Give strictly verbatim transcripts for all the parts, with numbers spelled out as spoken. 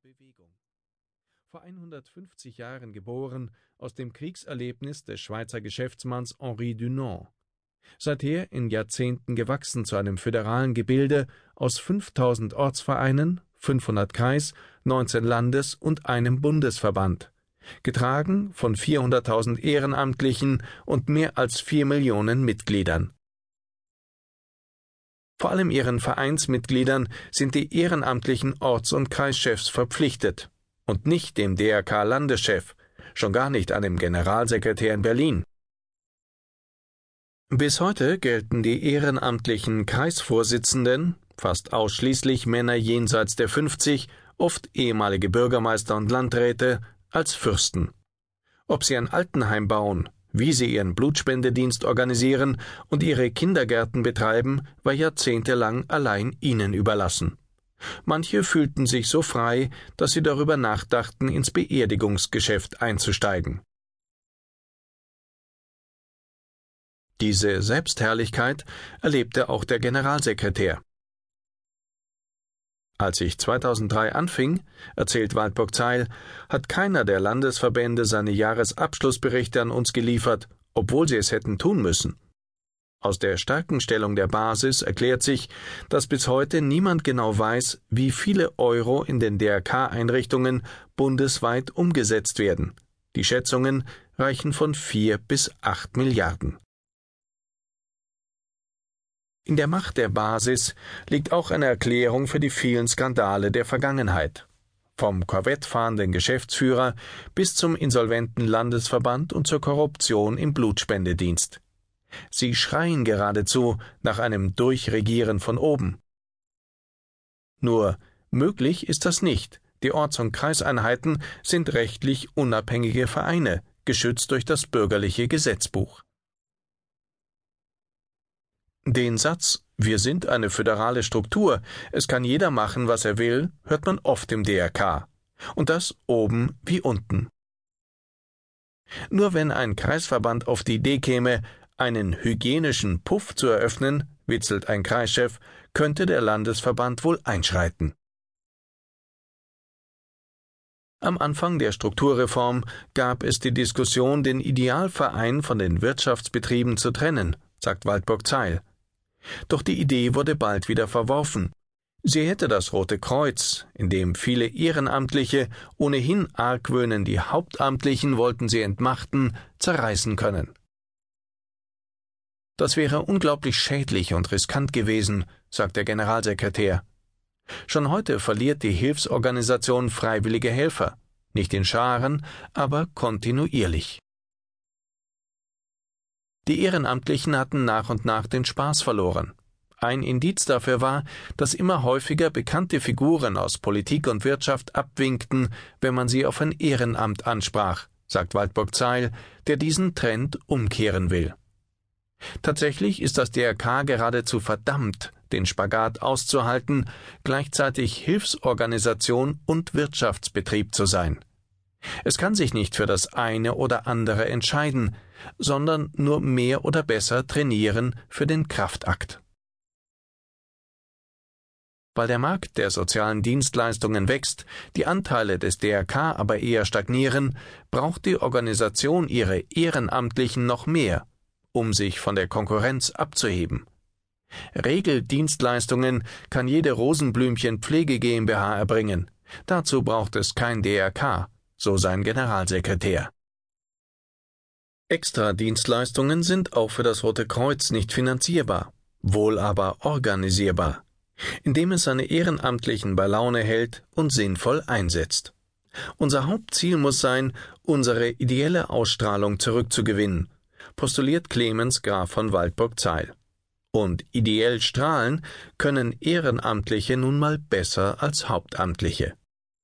Bewegung. Vor hundertfünfzig Jahren geboren, aus dem Kriegserlebnis des Schweizer Geschäftsmanns Henri Dunant. Seither in Jahrzehnten gewachsen zu einem föderalen Gebilde aus fünftausend Ortsvereinen, fünfhundert Kreis-, neunzehn Landes- und einem Bundesverband, getragen von vierhunderttausend Ehrenamtlichen und mehr als vier Millionen Mitgliedern. Vor allem ihren Vereinsmitgliedern sind die ehrenamtlichen Orts- und Kreischefs verpflichtet und nicht dem D R K-Landeschef, schon gar nicht einem Generalsekretär in Berlin. Bis heute gelten die ehrenamtlichen Kreisvorsitzenden, fast ausschließlich Männer jenseits der fünfzig, oft ehemalige Bürgermeister und Landräte, als Fürsten. Ob sie ein Altenheim bauen, wie sie ihren Blutspendedienst organisieren und ihre Kindergärten betreiben, war jahrzehntelang allein ihnen überlassen. Manche fühlten sich so frei, dass sie darüber nachdachten, ins Beerdigungsgeschäft einzusteigen. Diese Selbstherrlichkeit erlebte auch der Generalsekretär. Als ich zweitausenddrei anfing, erzählt Waldburg-Zeil, hat keiner der Landesverbände seine Jahresabschlussberichte an uns geliefert, obwohl sie es hätten tun müssen. Aus der Stärkenstellung der Basis erklärt sich, dass bis heute niemand genau weiß, wie viele Euro in den D R K-Einrichtungen bundesweit umgesetzt werden. Die Schätzungen reichen von vier bis acht Milliarden. In der Macht der Basis liegt auch eine Erklärung für die vielen Skandale der Vergangenheit. Vom korvettfahrenden Geschäftsführer bis zum insolventen Landesverband und zur Korruption im Blutspendedienst. Sie schreien geradezu nach einem Durchregieren von oben. Nur möglich ist das nicht. Die Orts- und Kreiseinheiten sind rechtlich unabhängige Vereine, geschützt durch das bürgerliche Gesetzbuch. Den Satz „Wir sind eine föderale Struktur, es kann jeder machen, was er will“, hört man oft im D R K. Und das oben wie unten. Nur wenn ein Kreisverband auf die Idee käme, einen hygienischen Puff zu eröffnen, witzelt ein Kreischef, könnte der Landesverband wohl einschreiten. Am Anfang der Strukturreform gab es die Diskussion, den Idealverein von den Wirtschaftsbetrieben zu trennen, sagt Waldburg-Zeil. Doch die Idee wurde bald wieder verworfen. Sie hätte das Rote Kreuz, in dem viele Ehrenamtliche, ohnehin argwöhnen, die Hauptamtlichen wollten sie entmachten, zerreißen können. Das wäre unglaublich schädlich und riskant gewesen, sagt der Generalsekretär. Schon heute verliert die Hilfsorganisation freiwillige Helfer, nicht in Scharen, aber kontinuierlich. Die Ehrenamtlichen hatten nach und nach den Spaß verloren. Ein Indiz dafür war, dass immer häufiger bekannte Figuren aus Politik und Wirtschaft abwinkten, wenn man sie auf ein Ehrenamt ansprach, sagt Waldburg-Zeil, der diesen Trend umkehren will. Tatsächlich ist das D R K geradezu verdammt, den Spagat auszuhalten, gleichzeitig Hilfsorganisation und Wirtschaftsbetrieb zu sein. Es kann sich nicht für das eine oder andere entscheiden, sondern nur mehr oder besser trainieren für den Kraftakt. Weil der Markt der sozialen Dienstleistungen wächst, die Anteile des D R K aber eher stagnieren, braucht die Organisation ihre Ehrenamtlichen noch mehr, um sich von der Konkurrenz abzuheben. Regeldienstleistungen kann jede Rosenblümchen-Pflege GmbH erbringen. Dazu braucht es kein D R K, so sein Generalsekretär. Extradienstleistungen sind auch für das Rote Kreuz nicht finanzierbar, wohl aber organisierbar, indem es seine Ehrenamtlichen bei Laune hält und sinnvoll einsetzt. Unser Hauptziel muss sein, unsere ideelle Ausstrahlung zurückzugewinnen, postuliert Clemens Graf von Waldburg-Zeil. Und ideell strahlen können Ehrenamtliche nun mal besser als Hauptamtliche.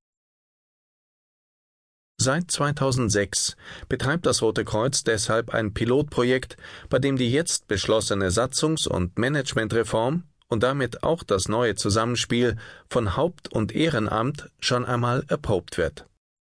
Seit zweitausendsechs betreibt das Rote Kreuz deshalb ein Pilotprojekt, bei dem die jetzt beschlossene Satzungs- und Managementreform und damit auch das neue Zusammenspiel von Haupt- und Ehrenamt schon einmal erprobt wird.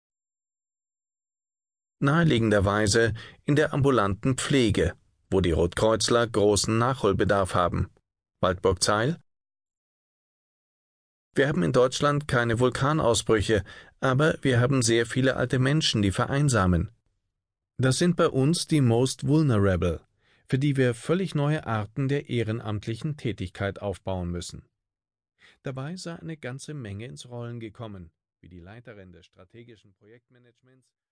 Naheliegenderweise in der ambulanten Pflege, wo die Rotkreuzler großen Nachholbedarf haben. Waldburg-Zeil: Wir haben in Deutschland keine Vulkanausbrüche, aber wir haben sehr viele alte Menschen, die vereinsamen. Das sind bei uns die most vulnerable, für die wir völlig neue Arten der ehrenamtlichen Tätigkeit aufbauen müssen. Dabei sei eine ganze Menge ins Rollen gekommen, wie die Leiterin des strategischen Projektmanagements